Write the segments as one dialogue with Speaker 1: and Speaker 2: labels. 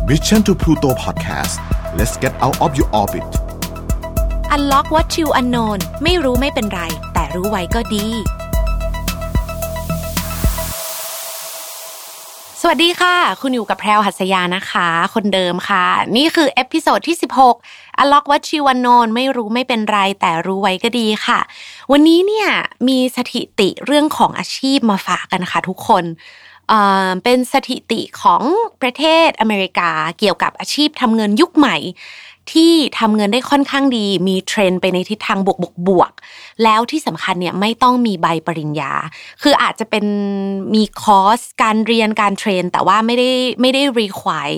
Speaker 1: Mission to Pluto Podcast let's get out of your orbit
Speaker 2: Unlock what you unknown ไม่รู้ไม่เป็นไรแต่รู้ไว้ก็ดีสวัสดีค่ะคุณอยู่กับแพรวหัสยานะคะคนเดิมค่ะนี่คือเอพิโซดที่16 Unlock what you unknown ไม่รู้ไม่เป็นไรแต่รู้ไว้ก็ดีค่ะวันนี้เนี่ยมีสถิติเรื่องของอาชีพมาฝากกันค่ะทุกคนเป็นสถิติของประเทศอเมริกาเกี่ยวกับอาชีพทำเงินยุคใหม่ที่ทำเงินได้ค่อนข้างดีมีเทรนด์ไปในทิศทางบวกแล้วที่สำคัญเนี่ยไม่ต้องมีใบปริญญาคืออาจจะเป็นมีคอร์สการเรียนการเทรนแต่ว่าไม่ได้ require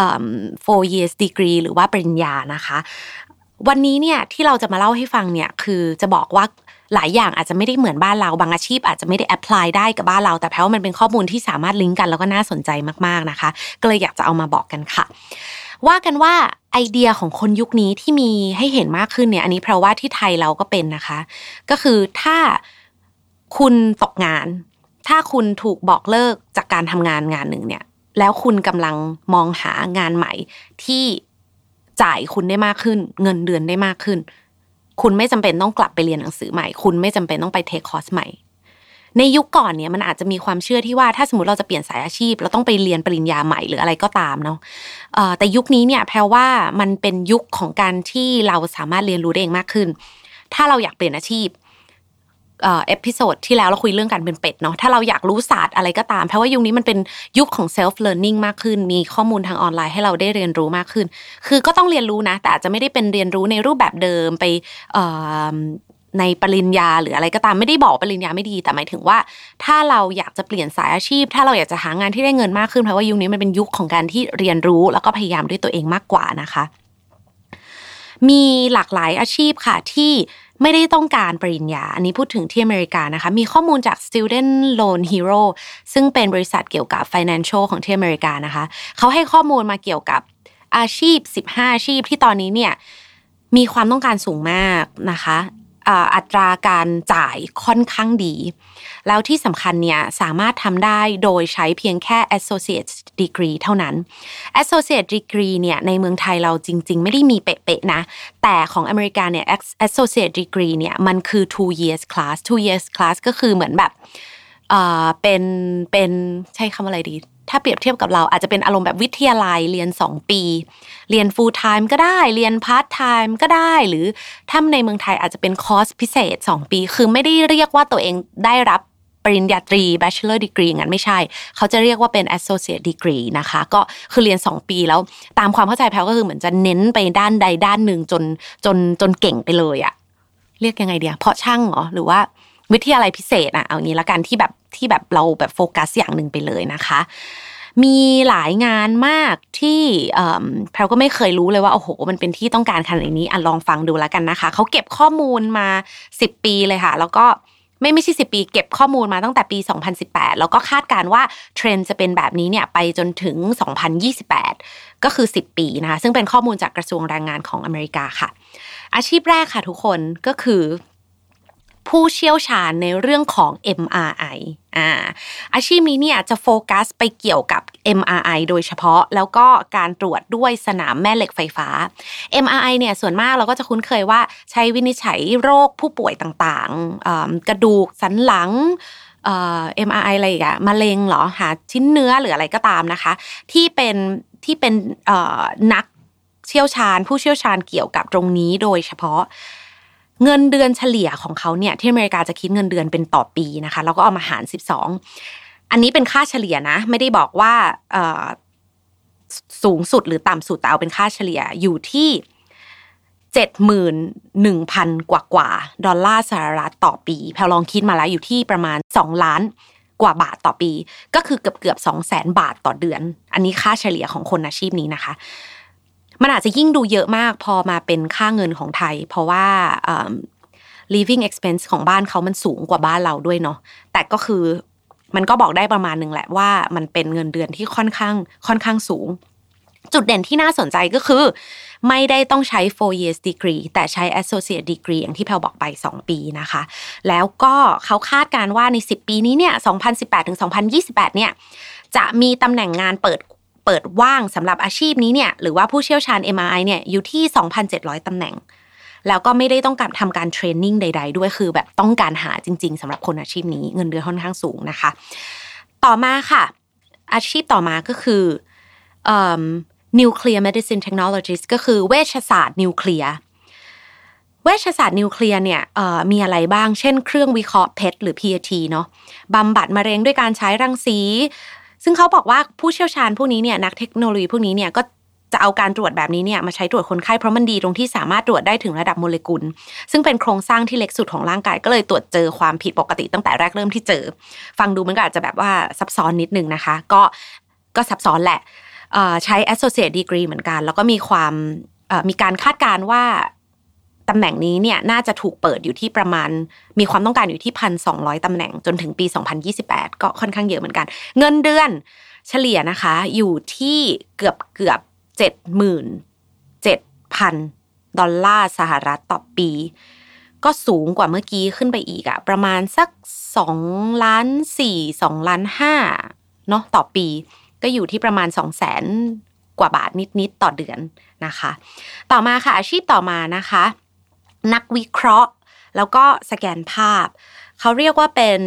Speaker 2: 4 years degree หรือว่าปริญญานะคะวันนี้เนี่ยที่เราจะมาเล่าให้ฟังเนี่ยคือจะบอกว่าหลายอย่างอาจจะไม่ได้เหมือนบ้านเราบางอาชีพอาจจะไม่ได้แอพพลายได้กับบ้านเราแต่เพราะว่ามันเป็นข้อมูลที่สามารถลิงก์กันแล้วก็น่าสนใจมากๆนะคะก็เลยอยากจะเอามาบอกกันค่ะว่ากันว่าไอเดียของคนยุคนี้ที่มีให้เห็นมากขึ้นเนี่ยอันนี้เพราะว่าที่ไทยเราก็เป็นนะคะก็คือถ้าคุณตกงานถ้าคุณถูกบอกเลิกจากการทำงานหนึ่งเนี่ยแล้วคุณกำลังมองหางานใหม่ที่จ่ายคุณได้มากขึ้นเงินเดือนได้มากขึ้นคุณไม่จำเป็นต้องกลับไปเรียนหนังสือใหม่คุณไม่จำเป็นต้องไปเทคคอร์สใหม่ในยุคก่อนเนี่ยมันอาจจะมีความเชื่อที่ว่าถ้าสมมุติเราจะเปลี่ยนสายอาชีพเราต้องไปเรียนปริญญาใหม่หรืออะไรก็ตามเนาะแต่ยุคนี้เนี่ยแปลว่ามันเป็นยุคของการที่เราสามารถเรียนรู้ได้เองมากขึ้นถ้าเราอยากเปลี่ยนอาชีพเอพิโซดที่แล้วเราคุยเรื่องการเป็นเป็ดเนาะถ้าเราอยากรู้ศาสตร์อะไรก็ตามเพราะว่ายุคนี้มันเป็นยุคของ self learning มากขึ้นมีข้อมูลทางออนไลน์ให้เราได้เรียนรู้มากขึ้นคือก็ต้องเรียนรู้นะแต่อาจจะไม่ได้เป็นเรียนรู้ในรูปแบบเดิมไปในปริญญาหรืออะไรก็ตามไม่ได้บอกปริญญาไม่ดีแต่หมายถึงว่าถ้าเราอยากจะเปลี่ยนสายอาชีพถ้าเราอยากจะหางานที่ได้เงินมากขึ้นเพราะว่ายุคนี้มันเป็นยุคของการที่เรียนรู้แล้วก็พยายามด้วยตัวเองมากกว่านะคะมีหลากหลายอาชีพค่ะที่ไม่ได้ต้องการปริญญาอันนี้พูดถึงที่อเมริกานะคะมีข้อมูลจาก Student Loan Hero ซึ่งเป็นบริษัทเกี่ยวกับ Financial ของที่อเมริกานะคะเขาให้ข้อมูลมาเกี่ยวกับอาชีพ15อาชีพที่ตอนนี้เนี่ยมีความต้องการสูงมากนะคะอัตราการจ่ายค่อนข้างดีแล้วที่สำคัญเนี่ยสามารถทำได้โดยใช้เพียงแค่ associate degree เท่านั้น associate degree เนี่ยในเมืองไทยเราจริงๆไม่ได้มีเป๊ะๆนะแต่ของอเมริกาเนี่ย associate degree เนี่ยมันคือ 2 years class 2 years class ก็คือเหมือนแบบเป็นใช้คำอะไรดีถ้าเปรียบเทียบกับเราอาจจะเป็นอารมณ์แบบวิทยาลัยเรียน2ปีเรียน full time ก็ได้เรียน part time ก็ได้หรือถ้าในเมืองไทยอาจจะเป็นคอร์สพิเศษ2ปีคือไม่ได้เรียกว่าตัวเองได้รับปริญญาตรี bachelor degree งั้นไม่ใช่เขาจะเรียกว่าเป็น associate degree นะคะก็คือเรียน2ปีแล้วตามความเข้าใจแพลก็คือเหมือนจะเน้นไปด้านใดด้านหนึ่งจนเก่งไปเลยอะเรียกยังไงเดียเพราะช่างเหรอหรือว่าวิทยาลัยพิเศษเอางี้ละกันที่แบบเราแบบโฟกัสอย่างหนึ่งไปเลยนะคะมีหลายงานมากที่แพรก็ไม่เคยรู้เลยว่าโอ้โหมันเป็นที่ต้องการขนาดนี้ลองฟังดูแล้วกันนะคะเขาเก็บข้อมูลมา10ปีเลยค่ะแล้วก็ไม่ใช่10ปีเก็บข้อมูลมาตั้งแต่ปี2018แล้วก็คาดการณ์ว่าเทรนด์จะเป็นแบบนี้เนี่ยไปจนถึง2028ก็คือ10ปีนะคะซึ่งเป็นข้อมูลจากกระทรวงแรงงานของอเมริกาค่ะอาชีพแรกค่ะทุกคนก็คือผู้เชี่ยวชาญในเรื่องของ MRI อาชีพนี้เนี่ยจะโฟกัสไปเกี่ยวกับ MRI โดยเฉพาะแล้วก็การตรวจด้วยสนามแม่เหล็กไฟฟ้า MRI เนี่ยส่วนมากเราก็จะคุ้นเคยว่าใช้วินิจฉัยโรคผู้ป่วยต่างๆกระดูกสันหลังMRI อะไรอีกมะเร็งเหรอหาชิ้นเนื้อหรืออะไรก็ตามนะคะที่เป็นนักเชี่ยวชาญผู้เชี่ยวชาญเกี่ยวกับตรงนี้โดยเฉพาะเงินเดือนเฉลี่ยของเขาเนี่ยที่อเมริกาจะคิดเงินเดือนเป็นต่อปีนะคะแล้วก็เอามาหาร12อันนี้เป็นค่าเฉลี่ยนะไม่ได้บอกว่าสูงสุดหรือต่ำสุดแต่เอาเป็นค่าเฉลี่ยอยู่ที่ 71,000 กว่าดอลลาร์สหรัฐต่อปีแพลลองคิดมาแล้วอยู่ที่ประมาณ2ล้านกว่าบาทต่อปีก็คือเกือบ 200,000 บาทต่อเดือนอันนี้ค่าเฉลี่ยของคนอาชีพนี้นะคะมันอาจจะยิ่งดูเยอะมากพอมาเป็นค่าเงินของไทยเพราะว่าliving expense ของบ้านเขามันสูงกว่าบ้านเราด้วยเนาะแต่ก็คือมันก็บอกได้ประมาณนึงแหละว่ามันเป็นเงินเดือนที่ค่อนข้างสูงจุดเด่นที่น่าสนใจก็คือไม่ได้ต้องใช้4 years degree แต่ใช้ associate degree อย่างที่แพลบอกไป2ปีนะคะแล้วก็เขาคาดการณ์ว่าใน10ปีนี้เนี่ย2018ถึง2028เนี่ยจะมีตำแหน่งงานเปิดเปิดว่างสำหรับอาชีพนี้เนี่ยหรือว่าผู้เชี่ยวชาญ MRI เนี่ยอยู่ที่ 2,700 ตำแหน่งแล้วก็ไม่ได้ต้องการทำการเทรนนิ่งใดๆด้วยคือแบบต้องการหาจริงๆสำหรับคนอาชีพนี้เงินเดือนค่อนข้างสูงนะคะต่อมาค่ะอาชีพต่อมาก็คือNuclear Medicine Technologist ก็คือเวชศาสตร์นิวเคลียร์เวชศาสตร์นิวเคลียร์เนี่ยมีอะไรบ้างเช่นเครื่องวิเคราะห์เพชรหรือ PET เนาะบำบัดมะเร็งด้วยการใช้รังสีซึ่งเขาบอกว่าผู้เชี่ยวชาญพวกนี้เนี่ยนักเทคโนโลยีพวกนี้เนี่ยก็จะเอาการตรวจแบบนี้เนี่ยมาใช้ตรวจคนไข้เพราะมันดีตรงที่สามารถตรวจได้ถึงระดับโมเลกุลซึ่งเป็นโครงสร้างที่เล็กสุดของร่างกายก็เลยตรวจเจอความผิดปกติตั้งแต่แรกเริ่มที่เจอฟังดูมันก็อาจจะแบบว่าซับซ้อนนิดนึงนะคะก็ซับซ้อนแหละใช้ associate degree เหมือนกันแล้วก็มีการคาดการณ์ว่าตำแหน่งนี้เนี่ยน่าจะถูกเปิดอยู่ที่ประมาณมีความต้องการอยู่ที่ 1,200 ตำแหน่งจนถึงปี2028ก็ค่อนข้างเยอะเหมือนกันเงินเดือนเฉลี่ยนะคะอยู่ที่เกือบ$77,000 ต่อปีก็สูงกว่าเมื่อกี้ขึ้นไปอีกอะประมาณสัก2.4 2.5 ล้านเนาะต่อปีก็อยู่ที่ประมาณ 200,000 กว่าบาทนิดๆต่อเดือนนะคะต่อมาค่ะอาชีพต่อมานะคะนักวิเคราะห์แล้วก็สแกนภาพเขาเรียกว่าเป็น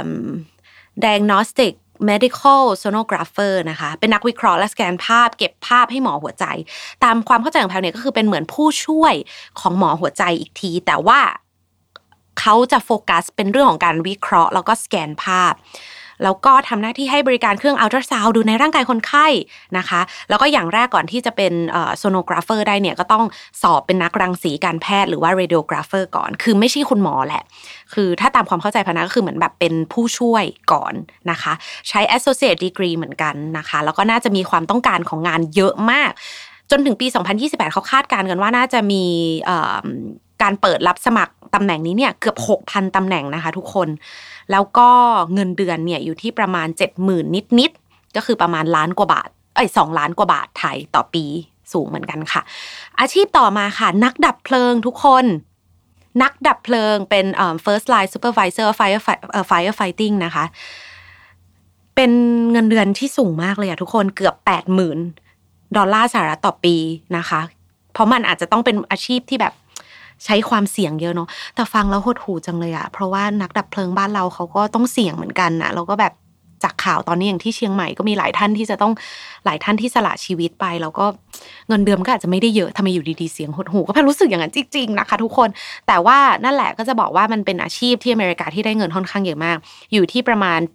Speaker 2: diagnostic medical sonographer นะคะเป็นนักวิเคราะห์และสแกนภาพเก็บภาพให้หมอหัวใจตามความเข้าใจของแพลเนี่ยก็คือเป็นเหมือนผู้ช่วยของหมอหัวใจอีกทีแต่ว่าเขาจะโฟกัสเป็นเรื่องของการวิเคราะห์แล้วก็สแกนภาพแล้วก็ทำหน้าที่ให้บริการเครื่องอัลตราซาวด์ดูในร่างกายคนไข้นะคะแล้วก็อย่างแรกก่อนที่จะเป็นโซโนกราฟเฟอร์ได้เนี่ยก็ต้องสอบเป็นนักรังสีการแพทย์หรือว่าเรดิโอกราฟเฟอร์ก่อนคือไม่ใช่คุณหมอแหละคือถ้าตามความเข้าใจพนักก็คือเหมือนแบบเป็นผู้ช่วยก่อนนะคะใช้ associate degree เหมือนกันนะคะแล้วก็น่าจะมีความต้องการของงานเยอะมากจนถึงปี2028เขาคาดการณ์กันว่าน่าจะมีการเปิดรับสมัครตำแหน่งนี้เนี่ยเกือบ 6,000 ตำแหน่งนะคะทุกคนแล้วก็เงินเดือนเนี่ยอยู่ที่ประมาณ 70,000 นิดๆก็คือประมาณ2 ล้านกว่าบาทไทยต่อปีสูงเหมือนกันค่ะอาชีพต่อมาค่ะนักดับเพลิงทุกคนนักดับเพลิงเป็นfirst line supervisor firefighting นะคะเป็นเงินเดือนที่สูงมากเลยอะทุกคนเกือบ $80,000 ต่อปีนะคะเพราะมันอาจจะต้องเป็นอาชีพที่แบบใช้ความเสี่ยงเยอะเนาะแต่ฟังแล้วหดหู่จังเลยอะเพราะว่านักดับเพลิงบ้านเราเขาก็ต้องเสี่ยงเหมือนกันนะแล้วก็แบบจากข่าวตอนนี้อย่างที่เชียงใหม่ก็มีหลายท่านที่สละชีวิตไปแล้วก็เงินเดือนก็อาจจะไม่ได้เยอะทำไมอยู่ดีๆเสียงหดหู่ก็แพรู้สึกอย่างนั้นจริงๆนะคะทุกคนแต่ว่านั่นแหละก็จะบอกว่ามันเป็นอาชีพที่อเมริกาที่ได้เงินค่อนข้างเยอะมากอยู่ที่ประมาณ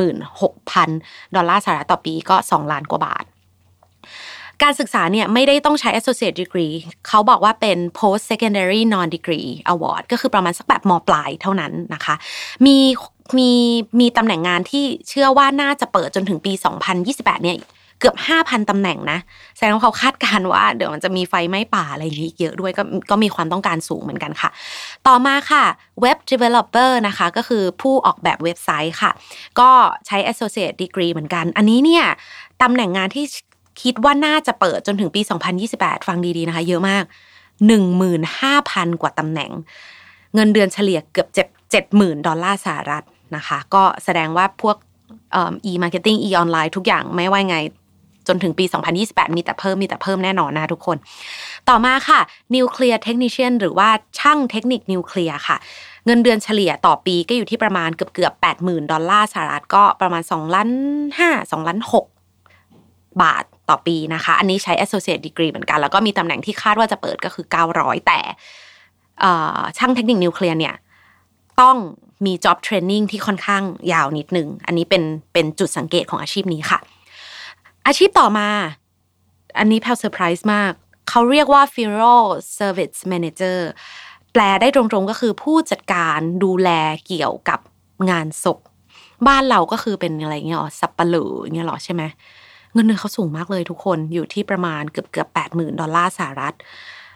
Speaker 2: $76,000 ต่อปีก็2 ล้านกว่าบาทการศึกษาเนี่ยไม่ได้ต้องใช้ associate degree เขาบอกว่าเป็น post secondary non degree award ก็คือประมาณสักแบบม.ปลายเท่านั้นนะคะมีตำแหน่งงานที่เชื่อว่าน่าจะเปิดจนถึงปี2028เนี่ยเกือบ 5,000 ตำแหน่งนะแสดงว่าเขาคาดการณ์ว่าเดี๋ยวมันจะมีไฟไหม้ป่าอะไรอย่างนี้เยอะด้วยก็มีความต้องการสูงเหมือนกันค่ะต่อมาค่ะ web developer นะคะก็คือผู้ออกแบบเว็บไซต์ค่ะก็ใช้ associate degree เหมือนกันอันนี้เนี่ยตำแหน่งงานที่คิดว่าน่าจะเปิดจนถึงปี2028ฟังดีๆนะคะเยอะมาก 15,000 กว่าตำแหน่งเงินเดือนเฉลี่ยเกือบ$70,000 นะคะก็แสดงว่าพวกe-marketing e-online ทุกอย่างไม่ว่าไงจนถึงปี2028มีแต่เพิ่มแน่นอนนะทุกคนต่อมาค่ะ Nuclear Technician หรือว่าช่างเทคนิคนิวเคลียร์ค่ะเงินเดือนเฉลี่ยต่อปีก็อยู่ที่ประมาณเกือบ$80,000ก็ประมาณ2.5 ล้าน2.6 ล้านบาทต่อปีนะคะอันนี้ใช้ associate degree เหมือนกันแล้วก็มีตำแหน่งที่คาดว่าจะเปิดก็คือ900แต่ช่างเทคนิคนิวเคลียร์เนี่ยต้องมี job training ที่ค่อนข้างยาวนิดนึงอันนี้เป็นจุดสังเกตของอาชีพนี้ค่ะอาชีพต่อมาอันนี้แพลเซอร์ไพรส์มากเขาเรียกว่า funeral service manager แปลได้ตรงๆก็คือผู้จัดการดูแลเกี่ยวกับงานศพบ้านเราก็คือเป็นอะไรเงี้ยสับปะเหร่อเงี้ยหรอใช่ไหมเงินเดือนเขาสูงมากเลยทุกคนอยู่ที่ประมาณเกือบ$80,000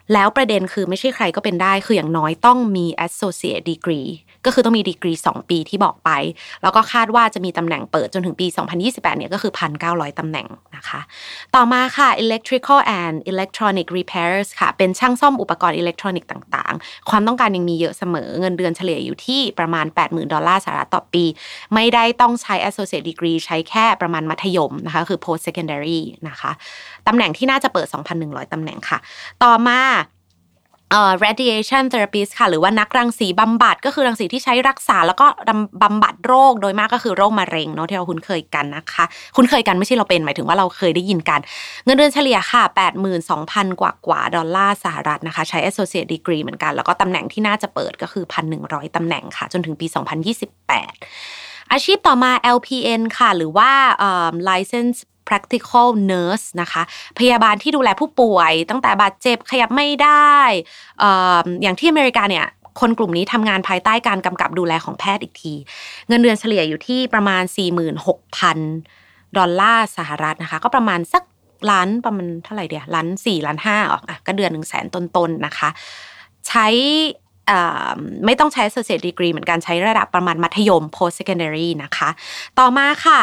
Speaker 2: แล้วประเด็นคือไม่ใช่ใครก็เป็นได้คืออย่างน้อยต้องมี associate degree ก็คือต้องมีดีกรี2ปีที่บอกไปแล้วก็คาดว่าจะมีตำแหน่งเปิดจนถึงปี2028เนี่ยก็คือ 1,900 ตำแหน่งนะคะต่อมาค่ะ electrical and electronic repairs ค่ะเป็นช่างซ่อมอุปกรณ์อิเล็กทรอนิกส์ต่างๆความต้องการยังมีเยอะเสมอเงินเดือนเฉลี่ยอยู่ที่ประมาณ $80,000 สหรัฐต่อปีไม่ได้ต้องใช้ associate degree ใช้แค่ประมาณมัธยมนะคะคือ post secondary นะคะตำแหน่งที่น่าจะเปิด 2,100 ตำแหน่งค่ะต่อมาradiation therapist ค่ะหรือว่านักรังสีบำบัดก็คือรังสีที่ใช้รักษาแล้วก็บำบัดโรคโดยมากก็คือโรคมะเร็งเนาะที่เราคุ้นเคยกันนะคะคุ้นเคยกันไม่ใช่เราเป็นหมายถึงว่าเราเคยได้ยินกันเงินเดือนเฉลี่ยค่ะ 82,000 กว่าดอลลาร์สหรัฐนะคะใช้ associate degree เหมือนกันแล้วก็ตำแหน่งที่น่าจะเปิดก็คือ 1,100 ตำแหน่งค่ะจนถึงปี2028อาชีพต่อมา LPN ค่ะหรือว่าlicense practical nurse นะคะพยาบาลที่ดูแลผู้ป่วยตั้งแต่บาดเจ็บขยับไม่ได้อย่างที่อเมริกาเนี่ยคนกลุ่มนี้ทำงานภายใต้การกำกับดูแลของแพทย์อีกทีเงินเดือนเฉลี่ยอยู่ที่ประมาณ 46,000 ดอลลาร์สหรัฐนะคะก็ประมาณสักล้านประมาณเท่าไหร่เดียวล้าน4ล้าน5อ่ะก็เดือน 100,000 ต้นๆนะคะใช้ไม่ต้องใช้ associate degree เหมือนกันใช้ระดับประมาณมัธยม post secondary นะคะต่อมาค่ะ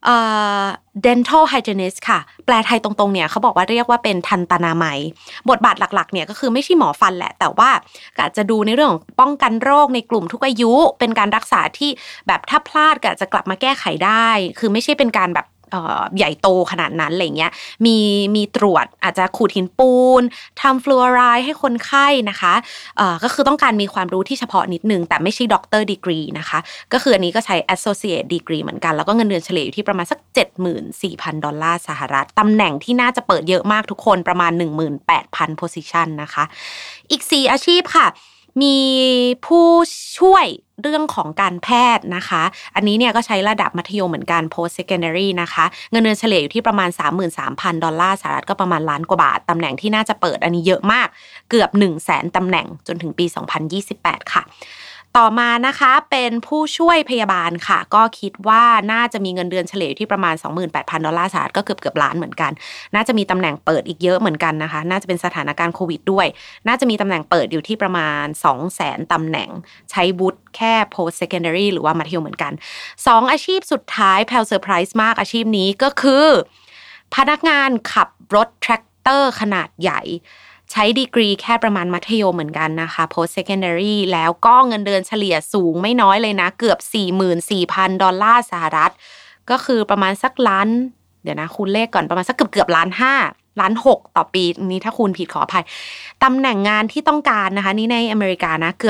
Speaker 2: dental hygienist ค่ะแปลไทยตรงๆเนี่ยเขาบอกว่าเรียกว่าเป็นทันตนามัยบทบาทหลักๆเนี่ยก็คือไม่ใช่หมอฟันแหละแต่ว่าอาจจะดูในเรื่องของป้องกันโรคในกลุ่มทุกอายุเป็นการรักษาที่แบบถ้าพลาดก็จะกลับมาแก้ไขได้คือไม่ใช่เป็นการแบบใหญ่โตขนาดนั้นอะไรเงี้ยมีตรวจอาจจะขูดหินปูนทำฟลูออไรด์ให้คนไข้นะคะก็คือต้องการมีความรู้ที่เฉพาะนิดนึงแต่ไม่ใช่ด็อกเตอร์ดีกรีนะคะก็คืออันนี้ก็ใช้ associate degree เหมือนกันแล้วก็เงินเดือนเฉลี่ยอยู่ที่ประมาณสัก 74,000 ดอลลาร์สหรัฐตำแหน่งที่น่าจะเปิดเยอะมากทุกคนประมาณ 18,000 position นะคะอีก4อาชีพค่ะมีผู้ช่วยเรื่องของการแพทย์นะคะอันนี้เนี่ยก็ใช้ระดับมัธยมเหมือนกัน post secondary นะคะเงินเดือนเฉลี่ยอยู่ที่ประมาณ 33,000 ดอลลาร์สหรัฐก็ประมาณล้านกว่าบาทตำแหน่งที่น่าจะเปิดอันนี้เยอะมากเกือบ 100,000 ตำแหน่งจนถึงปี 2028 ค่ะต่อมานะคะเป็นผู้ช่วยพยาบาลค่ะก็คิดว่าน่าจะมีเงินเดือนเฉลี่ยที่ประมาณ 28,000 ดอลลาร์สหรัฐก็เกือบล้านเหมือนกันน่าจะมีตำแหน่งเปิดอีกเยอะเหมือนกันนะคะน่าจะเป็นสถานการณ์โควิดด้วยน่าจะมีตำแหน่งเปิดอยู่ที่ประมาณ 200,000 ตำแหน่งใช้วุฒิแค่ post secondary หรือว่ามัธยมเหมือนกัน2อาชีพสุดท้ายแพลเซอร์ไพรส์มากอาชีพนี้ก็คือพนักงานขับรถแทรกเตอร์ขนาดใหญ่ใช้ดีกรีแค่ประมาณมัธยมเหมือนกันนะคะ post secondary แล้วก็เงินเดือนเฉลี่ยสูงไม่น้อยเลยนะเกือบ 44,000 ดอลลาร์สหรัฐก็คือประมาณสักล้านเดี๋ยวนะคูณเลขก่อนประมาณสักเกือบล้าน5ล้าน6ต่อปีนี้ถ้าคูณผิดขออภัยตำแหน่งงานที่ต้องการนะคะนี่ในอเมริกานะเกือบ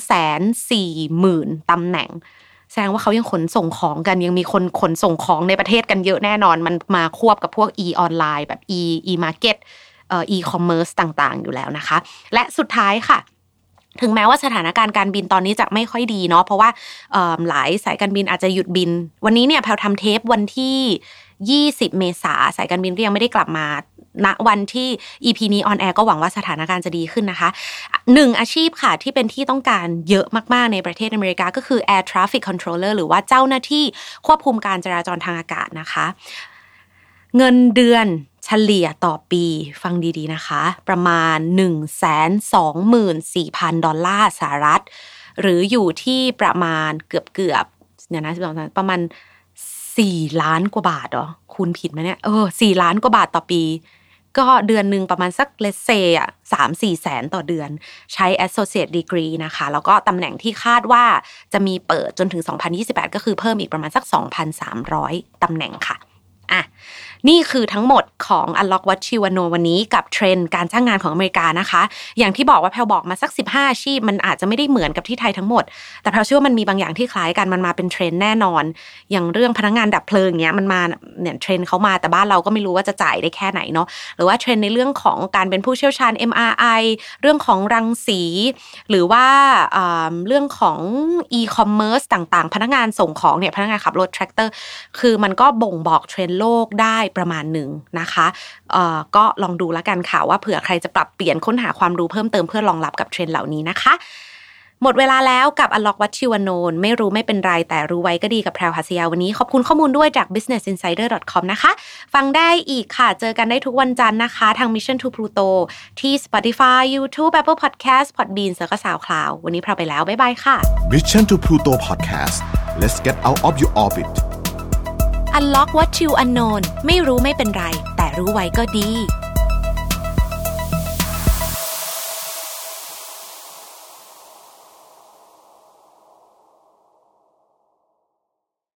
Speaker 2: 240,000 ตำแหน่งแสดงว่าเขายังขนส่งของกันยังมีคนขนส่งของในประเทศกันเยอะแน่นอนมันมาควบกับพวก e ออนไลน์แบบ e market e-commerce ต่างๆอยู่แล้วนะคะและสุดท้ายค่ะถึงแม้ว่าสถานการณ์การบินตอนนี้จะไม่ค่อยดีเนาะเพราะว่าหลายสายการบินอาจจะหยุดบินวันนี้เนี่ยแพลทำเทปวันที่20 เมษายนสายการบินก็ยังไม่ได้กลับมาณวันที่ EP นี้ออนแอร์ก็หวังว่าสถานการณ์จะดีขึ้นนะคะ1อาชีพค่ะที่เป็นที่ต้องการเยอะมากๆในประเทศอเมริกาก็คือ Air Traffic Controller หรือว่าเจ้าหน้าที่ควบคุมการจราจรทางอากาศนะคะเงินเดือนเฉลี่ยต่อปีฟังดีๆนะคะประมาณ 124,000 ดอลลาร์สหรัฐหรืออยู่ที่ประมาณเกือบเนี่ยนะประมาณ4ล้านกว่าบาทเหรอคูณผิดมั้ยเนี่ย4ล้านกว่าบาทต่อปีก็เดือนนึงประมาณสักเลสเซอ่ะ 3-4 แสนต่อเดือนใช้ associate degree นะคะแล้วก็ตำแหน่งที่คาดว่าจะมีเปิดจนถึง2028ก็คือเพิ่มอีกประมาณสัก 2,300 ตำแหน่งค่ะอ่ะนี่คือทั้งหมดของ Unlock What You Wanna Know วันนี้กับเทรนด์การจ้างงานของอเมริกานะคะอย่างที่บอกว่าแพลบอกมาสัก15อาชีพมันอาจจะไม่ได้เหมือนกับที่ไทยทั้งหมดแต่แพลเชื่อว่ามันมีบางอย่างที่คล้ายกันมันมาเป็นเทรนด์แน่นอนอย่างเรื่องพนักงานดับเพลิงเงี้ยมันมาเนี่ยเทรนด์เขามาแต่บ้านเราก็ไม่รู้ว่าจะจ่ายได้แค่ไหนเนาะหรือว่าเทรนด์ในเรื่องของการเป็นผู้เชี่ยวชาญ MRI เรื่องของรังสีหรือว่าเรื่องของ e-commerce ต่างๆพนักงานส่งของเนี่ยพนักงานขับรถแทรกเตอร์คือมันก็บ่งบอกเทรนด์โลกได้ประมาณหนึ่งนะคะก็ลองดูแล้วกันค่ะว่าเผื่อใครจะปรับเปลี่ยนค้นหาความรู้เพิ่มเติมเพื่อรองรับกับเทรนด์เหล่านี้นะคะหมดเวลาแล้วกับ Unlock What You Unknown ไม่รู้ไม่เป็นไรแต่รู้ไว้ก็ดีกับแพรวหัสยาวันนี้ขอบคุณข้อมูลด้วยจาก businessinsider.com นะคะฟังได้อีกค่ะเจอกันได้ทุกวันจันทร์นะคะทาง Mission to Pluto ที่ Spotify YouTube Apple Podcast Podbean แล้วก็ SoundCloud วันนี้แพรวไปแล้วบ๊ายบายค่ะ
Speaker 1: Mission to Pluto Podcast Let's get out of your orbit
Speaker 2: Unlock What You Unknown ไม่รู้ไม่เป็นไรแต่รู้ไว้ก็ดี